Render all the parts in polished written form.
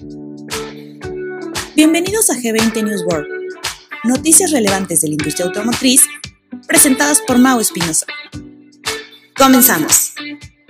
Bienvenidos a G20 News World, noticias relevantes de la industria automotriz, presentadas por Mau Espinosa. Comenzamos.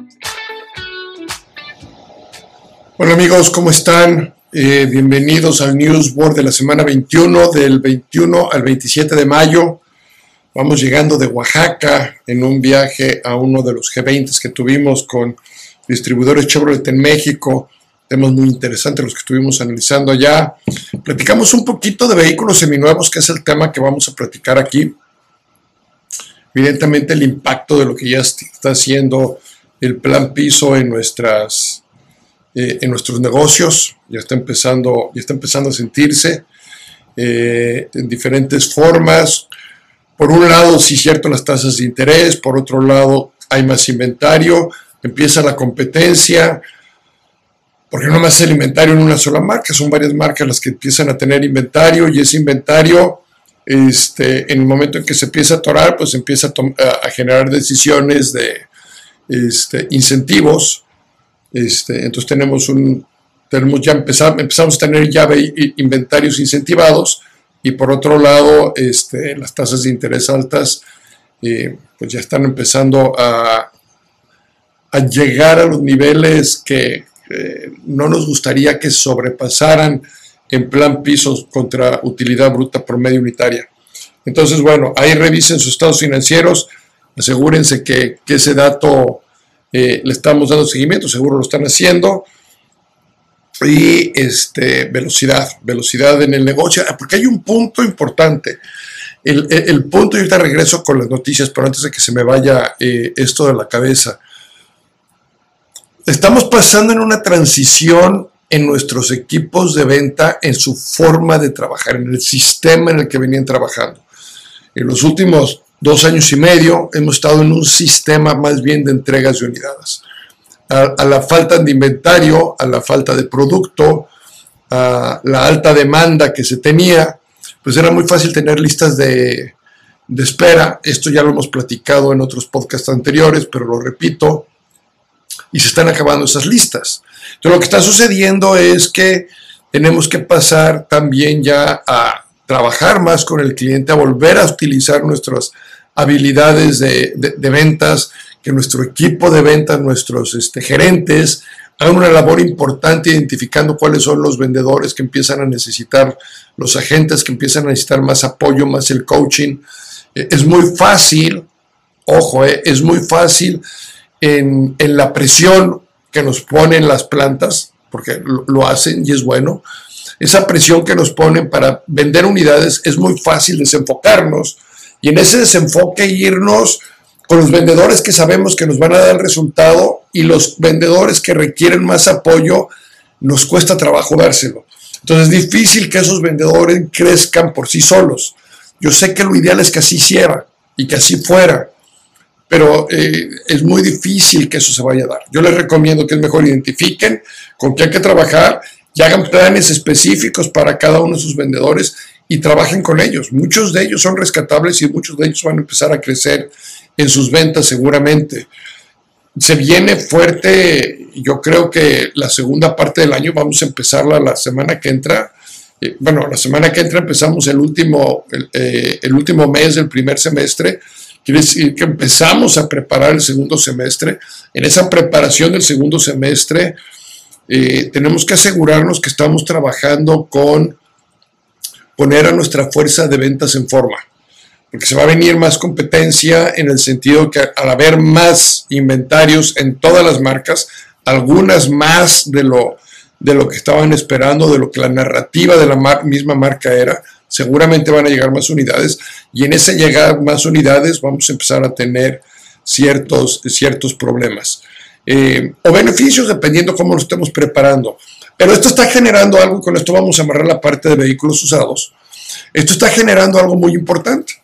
Hola amigos, ¿cómo están? Bienvenidos al News World de la semana 21, del 21 al 27 de mayo. Vamos llegando de Oaxaca en un viaje a uno de los G20 que tuvimos con distribuidores Chevrolet en México. Temas muy interesantes los que estuvimos analizando allá. Platicamos un poquito de vehículos seminuevos, que es el tema que vamos a platicar aquí. Evidentemente el impacto de lo que ya está haciendo el plan piso en nuestros negocios, ya está empezando a sentirse en diferentes formas. Por un lado, sí es cierto, las tasas de interés, por otro lado, hay más inventario, empieza la competencia, porque no más es el inventario en una sola marca, son varias marcas las que empiezan a tener inventario, y ese inventario, en el momento en que se empieza a atorar, pues empieza a generar decisiones de incentivos. Entonces empezamos a tener ya inventarios incentivados, y por otro lado, las tasas de interés altas, pues ya están empezando a llegar a los niveles que no nos gustaría que sobrepasaran en plan pisos contra utilidad bruta promedio unitaria. Entonces, bueno, ahí revisen sus estados financieros, asegúrense que ese dato le estamos dando seguimiento, seguro lo están haciendo. Y velocidad en el negocio, porque hay un punto importante. El punto, y ahorita regreso con las noticias, pero antes de que se me vaya esto de la cabeza. Estamos pasando en una transición en nuestros equipos de venta, en su forma de trabajar, en el sistema en el que venían trabajando. En los últimos 2 años y medio hemos estado en un sistema más bien de entregas de unidades. A la falta de inventario, a la falta de producto, a la alta demanda que se tenía, pues era muy fácil tener listas de espera. Esto ya lo hemos platicado en otros podcasts anteriores, pero lo repito, y se están acabando esas listas. Entonces lo que está sucediendo es que tenemos que pasar también ya a trabajar más con el cliente, a volver a utilizar nuestras habilidades de ventas, que nuestro equipo de ventas, nuestros gerentes, hagan una labor importante identificando cuáles son los vendedores que empiezan a necesitar, los agentes que empiezan a necesitar más apoyo, más el coaching. Es muy fácil, ojo, es muy fácil en la presión que nos ponen las plantas, porque lo hacen y es bueno. Esa presión que nos ponen para vender unidades, es muy fácil desenfocarnos, y en ese desenfoque irnos con los vendedores que sabemos que nos van a dar el resultado, y los vendedores que requieren más apoyo nos cuesta trabajo dárselo. Entonces es difícil que esos vendedores crezcan por sí solos. Yo sé que lo ideal es que así hiciera y que así fuera, pero es muy difícil que eso se vaya a dar. Yo les recomiendo que es mejor identifiquen con qué hay que trabajar y hagan planes específicos para cada uno de sus vendedores y trabajen con ellos. Muchos de ellos son rescatables y muchos de ellos van a empezar a crecer en sus ventas seguramente. Se viene fuerte, yo creo que la segunda parte del año vamos a empezarla la semana que entra. La semana que entra empezamos el último mes del primer semestre. Quiere decir que empezamos a preparar el segundo semestre. En esa preparación del segundo semestre tenemos que asegurarnos que estamos trabajando con poner a nuestra fuerza de ventas en forma, porque se va a venir más competencia, en el sentido que al haber más inventarios en todas las marcas, algunas más de lo que estaban esperando, de lo que la narrativa de la misma marca era, seguramente van a llegar más unidades, y en ese llegar más unidades vamos a empezar a tener ciertos problemas o beneficios, dependiendo cómo lo estemos preparando. Pero esto está generando algo, y con esto vamos a amarrar la parte de vehículos usados. Esto está generando algo muy importante,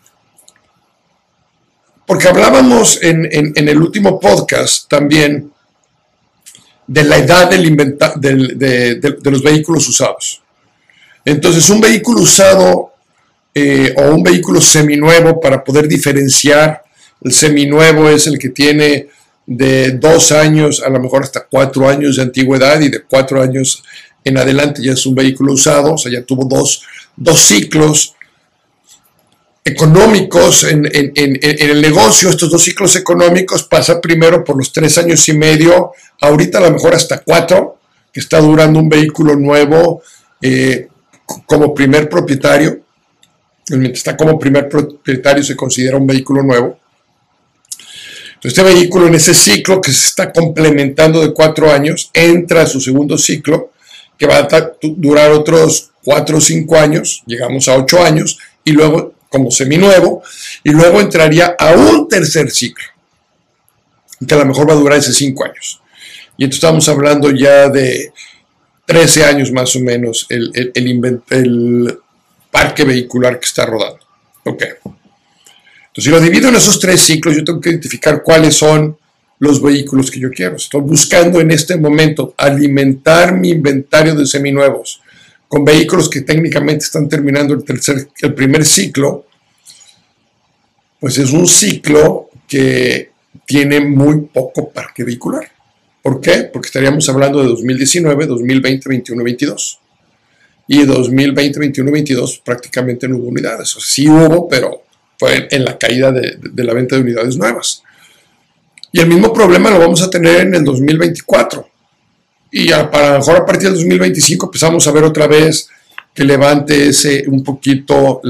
porque hablábamos en el último podcast también de la edad de los vehículos usados. Entonces, un vehículo usado o un vehículo seminuevo, para poder diferenciar, el seminuevo es el que tiene de 2 años, a lo mejor hasta 4 años de antigüedad, y de 4 años en adelante ya es un vehículo usado, o sea, ya tuvo dos ciclos económicos en el negocio. Estos 2 ciclos económicos pasa primero por los 3 años y medio, ahorita a lo mejor hasta 4, que está durando un vehículo nuevo como primer propietario. Mientras está como primer propietario se considera un vehículo nuevo. Entonces, este vehículo en ese ciclo que se está complementando de 4 años, entra a su segundo ciclo, que va a durar otros 4 o 5 años, llegamos a 8 años, y luego como seminuevo, y luego entraría a un tercer ciclo, que a lo mejor va a durar ese 5 años. Y entonces estamos hablando ya de 13 años más o menos el parque vehicular que está rodando. Ok. Entonces, si lo divido en esos 3 ciclos, yo tengo que identificar cuáles son los vehículos que yo quiero. Estoy buscando en este momento alimentar mi inventario de seminuevos con vehículos que técnicamente están terminando el primer ciclo. Pues es un ciclo que tiene muy poco parque vehicular. ¿Por qué? Porque estaríamos hablando de 2019, 2020, 21, 22. Y 2020, 21, 22 prácticamente no hubo unidades. O sea, sí hubo, pero fue en la caída de la venta de unidades nuevas. Y el mismo problema lo vamos a tener en el 2024. Y para lo mejor a partir del 2025 empezamos a ver otra vez que levante un poquito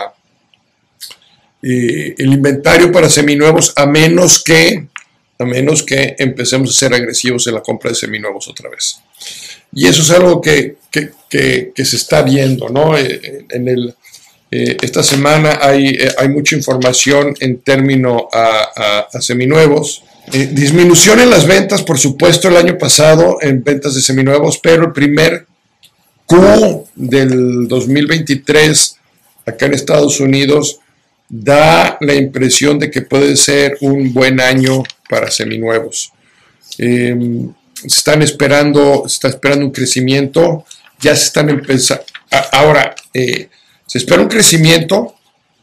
el inventario para seminuevos, a menos que empecemos a ser agresivos en la compra de seminuevos otra vez. Y eso es algo que se está viendo, ¿no? Esta semana hay mucha información en términos a seminuevos. Disminución en las ventas, por supuesto, el año pasado en ventas de seminuevos, pero el primer Q del 2023 acá en Estados Unidos da la impresión de que puede ser un buen año para seminuevos. Está esperando un crecimiento, ya se están empezando. Ahora, se espera un crecimiento,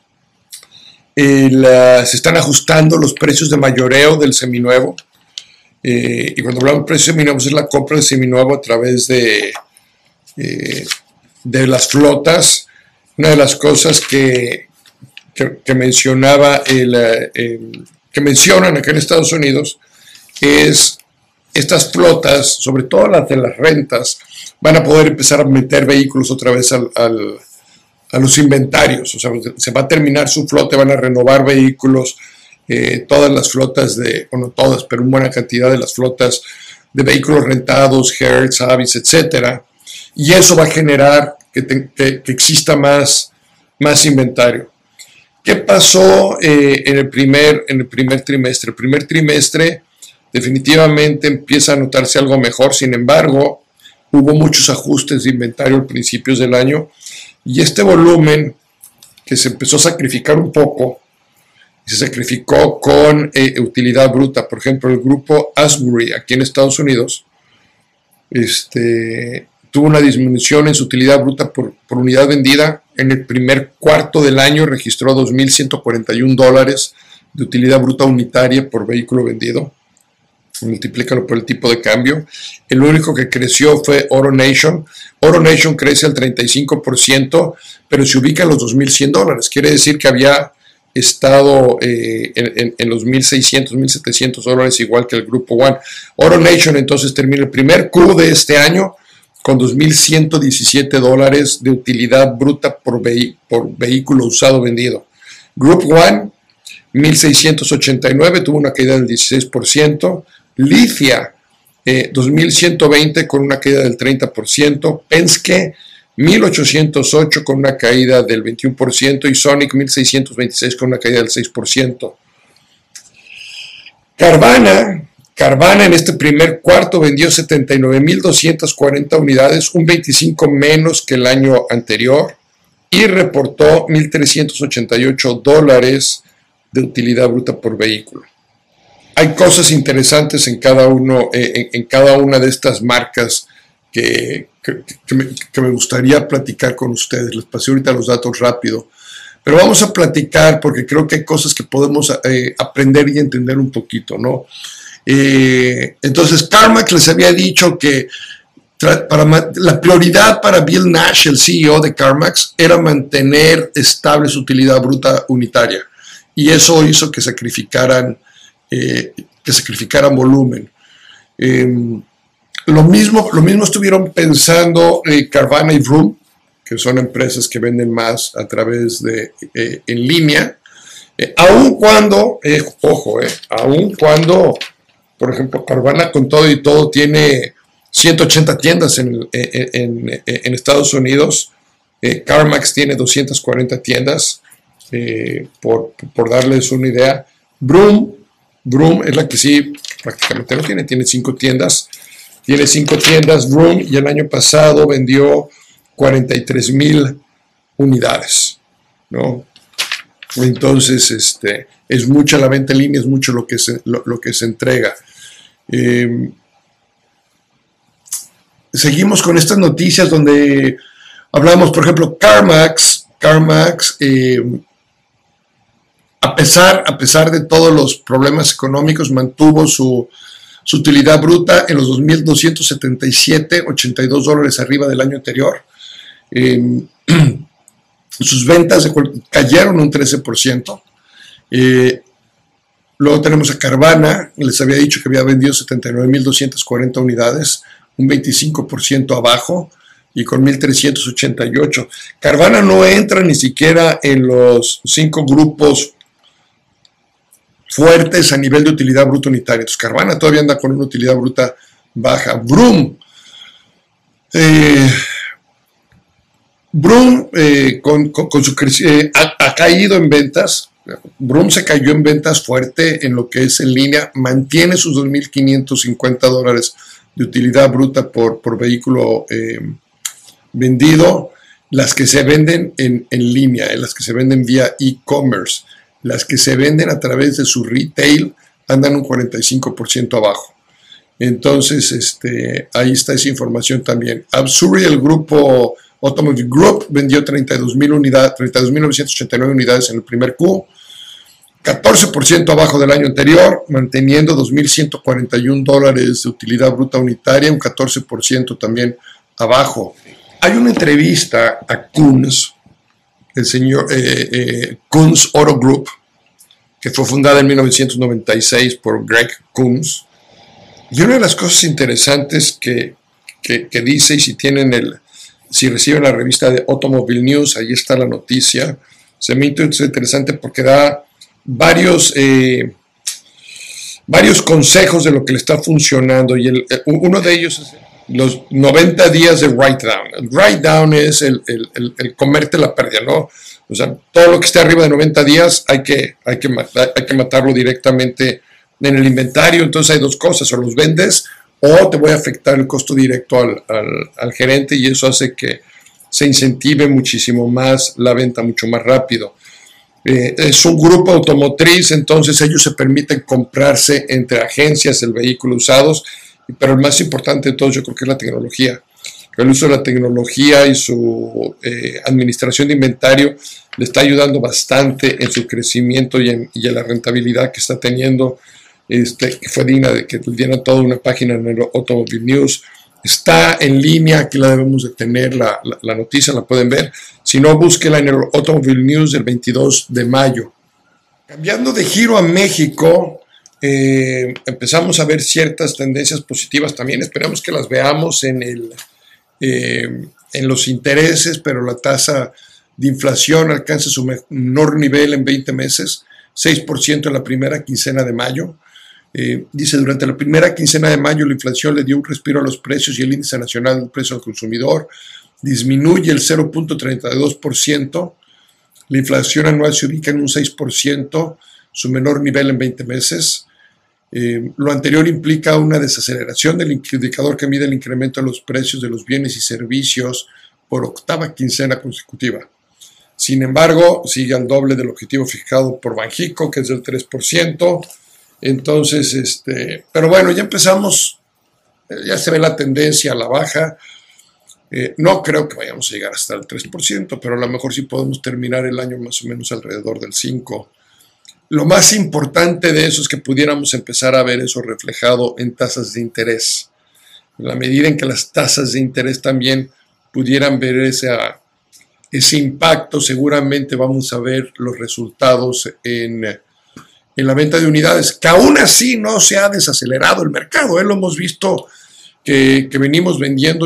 se están ajustando los precios de mayoreo del seminuevo, y cuando hablamos de precios de seminuevos es la compra de seminuevo a través de las flotas. Una de las cosas que mencionaba que mencionan acá en Estados Unidos es estas flotas, sobre todo las de las rentas, van a poder empezar a meter vehículos otra vez a los inventarios. O sea, se va a terminar su flota, van a renovar vehículos, todas las flotas no todas, pero una buena cantidad de las flotas de vehículos rentados, Hertz, Avis, etcétera, y eso va a generar que exista más inventario. ¿Qué pasó en el primer trimestre? El primer trimestre definitivamente empieza a notarse algo mejor, sin embargo, hubo muchos ajustes de inventario a principios del año, y este volumen que se empezó a sacrificar un poco, se sacrificó con utilidad bruta. Por ejemplo, el grupo Asbury aquí en Estados Unidos tuvo una disminución en su utilidad bruta por unidad vendida. En el primer cuarto del año registró $2,141 de utilidad bruta unitaria por vehículo vendido. Multiplícalo por el tipo de cambio. El único que creció fue AutoNation. AutoNation crece al 35%, pero se ubica en los $2,100. Quiere decir que había estado en los $1,600, $1,700, igual que el Grupo One. AutoNation entonces termina el primer Q de este año con $2,117 de utilidad bruta por vehículo usado vendido. Group One, 1,689, tuvo una caída del 16%. Lithia, 2,120 con una caída del 30%. Penske, 1,808 con una caída del 21%. Y Sonic, 1,626 con una caída del 6%. Carvana en este primer cuarto vendió 79,240 unidades, un 25 menos que el año anterior, y reportó $1,388 de utilidad bruta por vehículo. Hay cosas interesantes en cada una de estas marcas que me gustaría platicar con ustedes. Les pasé ahorita los datos rápido, pero vamos a platicar porque creo que hay cosas que podemos aprender y entender un poquito, ¿no? Entonces, CarMax les había dicho que la prioridad para Bill Nash, el CEO de CarMax, era mantener estable su utilidad bruta unitaria. Y eso hizo que sacrificaran volumen. Lo mismo estuvieron pensando Carvana y Vroom, que son empresas que venden más a través de en línea, aun cuando, por ejemplo, Carvana con todo y todo tiene 180 tiendas en Estados Unidos, CarMax tiene 240 tiendas, por darles una idea. Vroom es la que sí prácticamente no tiene 5 tiendas. Tiene 5 tiendas Vroom, y el año pasado vendió 43,000 unidades, ¿no? Entonces, es mucha la venta en línea, es mucho lo que se entrega. Seguimos con estas noticias donde hablamos, por ejemplo, CarMax, a pesar de todos los problemas económicos, mantuvo su utilidad bruta en los 2,277, $82 arriba del año anterior. Sus ventas cayeron un 13%. Luego tenemos a Carvana, les había dicho que había vendido 79,240 unidades, un 25% abajo y con 1,388. Carvana no entra ni siquiera en los 5 grupos fuertes a nivel de utilidad bruta unitaria. Entonces, Carvana todavía anda con una utilidad bruta baja. Vroom con su ha caído en ventas. Vroom se cayó en ventas fuerte en lo que es en línea, mantiene sus $2,550 de utilidad bruta por vehículo vendido. Las que se venden en línea, las que se venden vía e-commerce, las que se venden a través de su retail andan un 45% abajo. Entonces, ahí está esa información también. Absuri, el grupo Automotive Group, vendió 32,989 unidades en el primer Q, 14% abajo del año anterior, manteniendo $2,141 de utilidad bruta unitaria, un 14% también abajo. Hay una entrevista a Koons, el señor Koons Auto Group, que fue fundada en 1996 por Greg Koons. Y una de las cosas interesantes que dice, y si reciben la revista de Automobile News, ahí está la noticia, se me hizo interesante porque da varios consejos de lo que le está funcionando, y uno de ellos es los 90 días de write-down. El write-down es el comerte la pérdida, ¿no? O sea, todo lo que esté arriba de 90 días hay que matarlo directamente en el inventario. Entonces hay dos cosas: o los vendes o te voy a afectar el costo directo al gerente, y eso hace que se incentive muchísimo más la venta, mucho más rápido. Es un grupo automotriz, entonces ellos se permiten comprarse entre agencias el vehículo usados, pero el más importante de todo yo creo que es la tecnología. El uso de la tecnología y su administración de inventario le está ayudando bastante en su crecimiento y en la rentabilidad que está teniendo, que fue digna de que tuviera toda una página en el Automobile News. Está en línea, aquí la debemos de tener, la noticia la pueden ver. Si no, búsquela en el Automobile News del 22 de mayo. Cambiando de giro a México, empezamos a ver ciertas tendencias positivas también. Esperamos que las veamos en los intereses, pero la tasa de inflación alcanza su menor nivel en 20 meses, 6% en la primera quincena de mayo. Dice, durante la primera quincena de mayo la inflación le dio un respiro a los precios y el índice nacional del precio al consumidor disminuye el 0.32%. La inflación anual se ubica en un 6%, su menor nivel en 20 meses. Lo anterior implica una desaceleración del indicador que mide el incremento de los precios de los bienes y servicios por octava quincena consecutiva. Sin embargo, sigue al doble del objetivo fijado por Banxico, que es del 3%. Entonces, pero bueno, ya empezamos, ya se ve la tendencia a la baja. No creo que vayamos a llegar hasta el 3%, pero a lo mejor sí podemos terminar el año más o menos alrededor del 5%. Lo más importante de eso es que pudiéramos empezar a ver eso reflejado en tasas de interés. en la medida en que las tasas de interés también pudieran ver ese impacto, seguramente vamos a ver los resultados en la venta de unidades, que aún así no se ha desacelerado el mercado, lo hemos visto que venimos vendiendo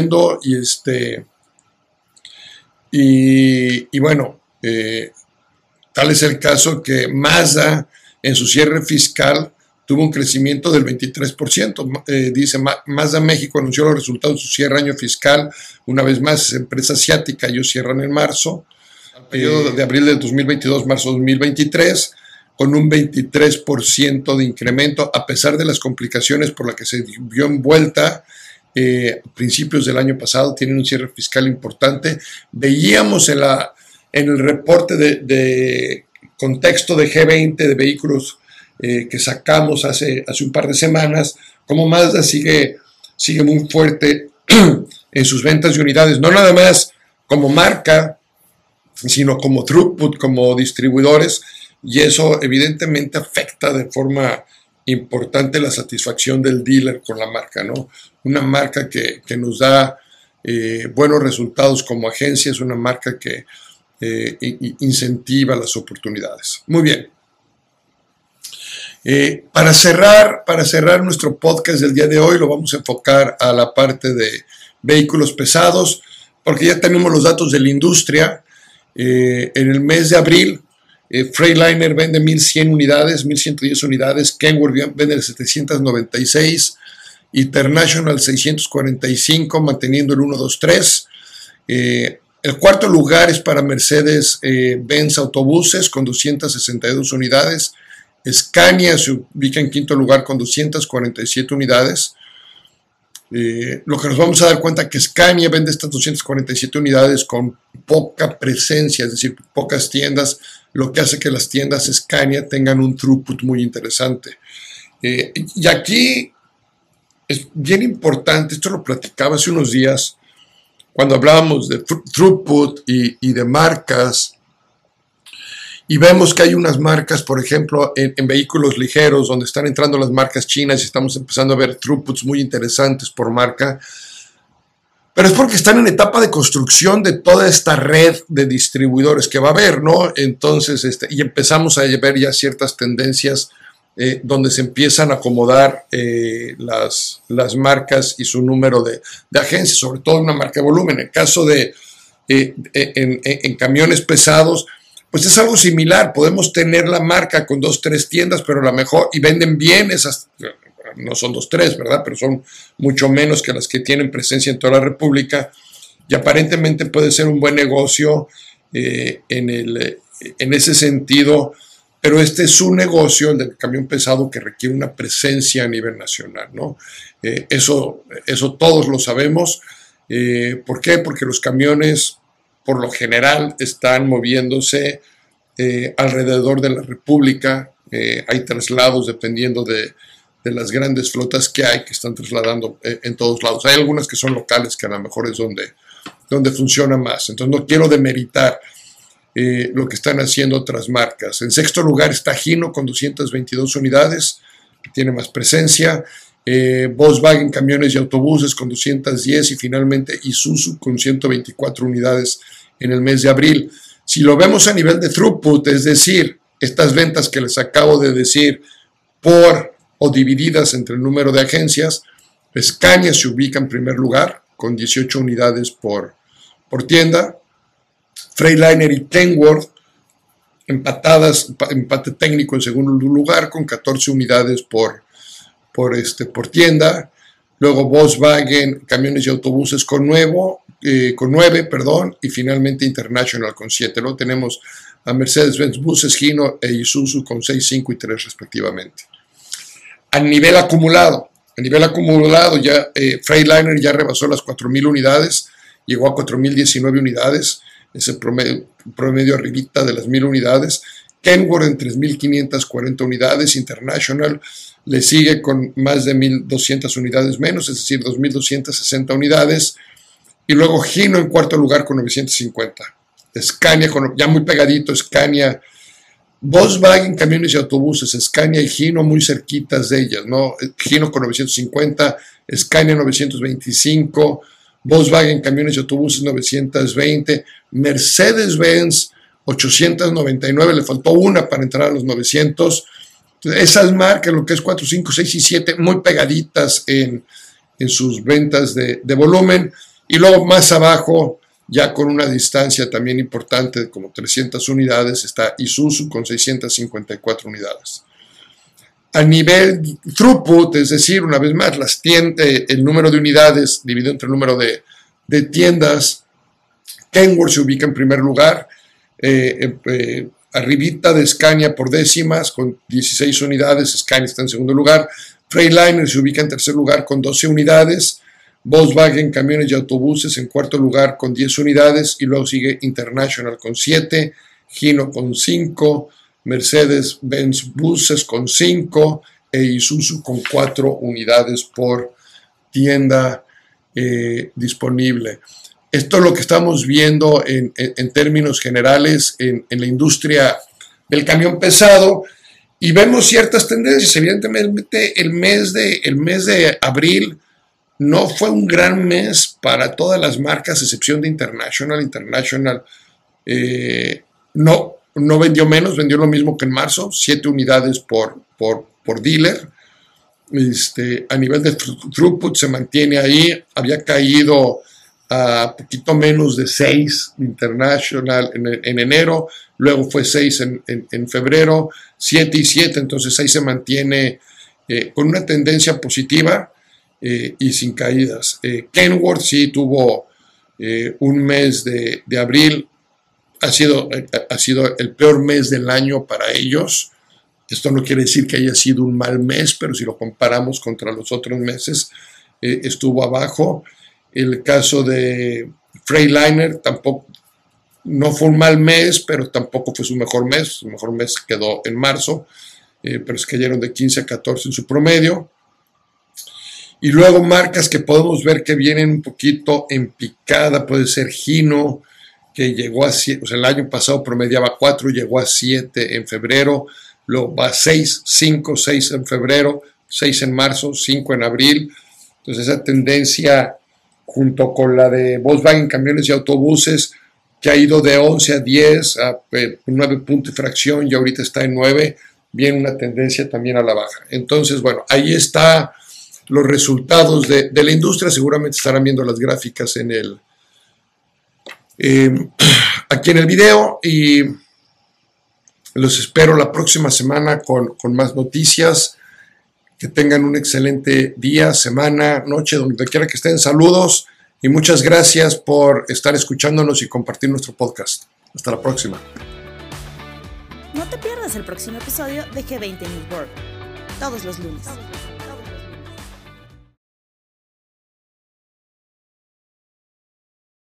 y bueno, tal es el caso que Mazda en su cierre fiscal tuvo un crecimiento del 23%. Dice Mazda México anunció los resultados de su cierre año fiscal. Una vez más, es empresa asiática, ellos cierran en marzo, al periodo de abril del 2022, marzo 2023, con un 23% de incremento, a pesar de las complicaciones por las que se vio envuelta a principios del año pasado. Tienen un cierre fiscal importante. Veíamos en el reporte de contexto de G20 de vehículos que sacamos hace un par de semanas, como Mazda sigue muy fuerte en sus ventas de unidades, no nada más como marca, sino como throughput, como distribuidores, y eso evidentemente afecta de forma importante la satisfacción del dealer con la marca, ¿no? Una marca que nos da buenos resultados como agencia, es una marca que incentiva las oportunidades. Muy bien. Para cerrar nuestro podcast del día de hoy, lo vamos a enfocar a la parte de vehículos pesados, porque ya tenemos los datos de la industria. En el mes de abril, Freightliner vende 1,100 unidades, 1,110 unidades, Kenworth vende 796, International 645, manteniendo el 1, 2, 3. El cuarto lugar es para Mercedes-Benz Autobuses con 262 unidades. Scania se ubica en quinto lugar con 247 unidades. Lo que nos vamos a dar cuenta es que Scania vende estas 247 unidades con poca presencia, es decir, pocas tiendas, lo que hace que las tiendas Scania tengan un throughput muy interesante. Y aquí es bien importante, esto lo platicaba hace unos días, cuando hablábamos de throughput y de marcas, y vemos que hay unas marcas, por ejemplo, en vehículos ligeros, donde están entrando las marcas chinas y estamos empezando a ver throughputs muy interesantes por marca, pero es porque están en etapa de construcción de toda esta red de distribuidores que va a haber, ¿no? Entonces, y empezamos a ver ya ciertas tendencias donde se empiezan a acomodar las marcas y su número de agencias, sobre todo una marca de volumen. En el caso de en camiones pesados, pues es algo similar. Podemos tener la marca con 2, 3 tiendas, pero a lo mejor, y venden bien esas, no son 2, 3, ¿verdad? Pero son mucho menos que las que tienen presencia en toda la República, y aparentemente puede ser un buen negocio en ese sentido, pero este es un negocio, el del camión pesado, que requiere una presencia a nivel nacional, ¿no? Eso todos lo sabemos. ¿Por qué? Porque los camiones, por lo general, están moviéndose alrededor de la República. Hay traslados dependiendo de las grandes flotas que hay, que están trasladando en todos lados. Hay algunas que son locales, que a lo mejor es donde funciona más. Entonces no quiero demeritar lo que están haciendo otras marcas. En sexto lugar está Hino con 222 unidades, tiene más presencia. Volkswagen Camiones y Autobuses con 210 y finalmente Isuzu con 124 unidades en el mes de abril. Si lo vemos a nivel de throughput, es decir, estas ventas que les acabo de decir por o divididas entre el número de agencias, Scania se ubica en primer lugar con 18 unidades por tienda. Freightliner y Kenworth empatadas, empate técnico en segundo lugar con 14 unidades por tienda. Luego Volkswagen Camiones y Autobuses con 9, y finalmente International con 7. Luego tenemos a Mercedes-Benz Buses, Hino e Isuzu con 6, 5 y 3 respectivamente. A nivel acumulado ya Freightliner ya rebasó las 4,000 unidades, llegó a 4,019 unidades, ese promedio arribita de las 1,000 unidades. Kenworth en 3,540 unidades, International le sigue con más de 1,200 unidades menos, es decir, 2,260 unidades, y luego Hino en cuarto lugar con 950. Scania, ya muy pegadito, Scania Volkswagen, camiones y autobuses, Scania y Hino muy cerquitas de ellas, ¿no? Hino con 950, Scania 925, Volkswagen, camiones y autobuses 920, Mercedes-Benz 899, le faltó una para entrar a los 900. Esas marcas, lo que es 4, 5, 6 y 7, muy pegaditas en sus ventas de volumen. Y luego más abajo, ya con una distancia también importante de como 300 unidades, está Isuzu con 654 unidades. A nivel throughput, es decir, una vez más, el número de unidades dividido entre el número de tiendas, Kenworth se ubica en primer lugar, arribita de Scania por décimas con 16 unidades, Scania está en segundo lugar, Freightliner se ubica en tercer lugar con 12 unidades, Volkswagen, camiones y autobuses en cuarto lugar con 10 unidades y luego sigue International con 7, Hino con 5, Mercedes-Benz Buses con 5 e Isuzu con 4 unidades por tienda disponible. Esto es lo que estamos viendo en términos generales en la industria del camión pesado y vemos ciertas tendencias. Evidentemente el mes de abril no fue un gran mes para todas las marcas, a excepción de International. International no vendió menos, vendió lo mismo que en marzo, 7 unidades por dealer. A nivel de throughput se mantiene ahí, había caído a poquito menos de 6 International en enero, luego fue 6 en febrero, 7 y 7, entonces ahí se mantiene con una tendencia positiva y sin caídas. Kenworth sí tuvo un mes de abril, ha sido el peor mes del año para ellos. Esto no quiere decir que haya sido un mal mes, pero si lo comparamos contra los otros meses, estuvo abajo. El caso de Freightliner tampoco, no fue un mal mes, pero tampoco fue su mejor mes. Su mejor mes quedó en marzo, pero es que cayeron de 15 a 14 en su promedio. Y luego marcas que podemos ver que vienen un poquito en picada, puede ser Hino, que llegó a 7, o sea, el año pasado promediaba 4, llegó a 7 en febrero, luego va a 6, 5, 6 en febrero, 6 en marzo, 5 en abril. Entonces esa tendencia, junto con la de Volkswagen Camiones y Autobuses, que ha ido de 11 a 10, a 9 puntos de fracción y ahorita está en 9, viene una tendencia también a la baja. Entonces, bueno, ahí está los resultados de la industria. Seguramente estarán viendo las gráficas aquí en el video y los espero la próxima semana con más noticias. Que tengan un excelente día, semana, noche, donde quiera que estén. Saludos y muchas gracias por estar escuchándonos y compartir nuestro podcast. Hasta la próxima. No te pierdas el próximo episodio de G20 News World, todos los lunes.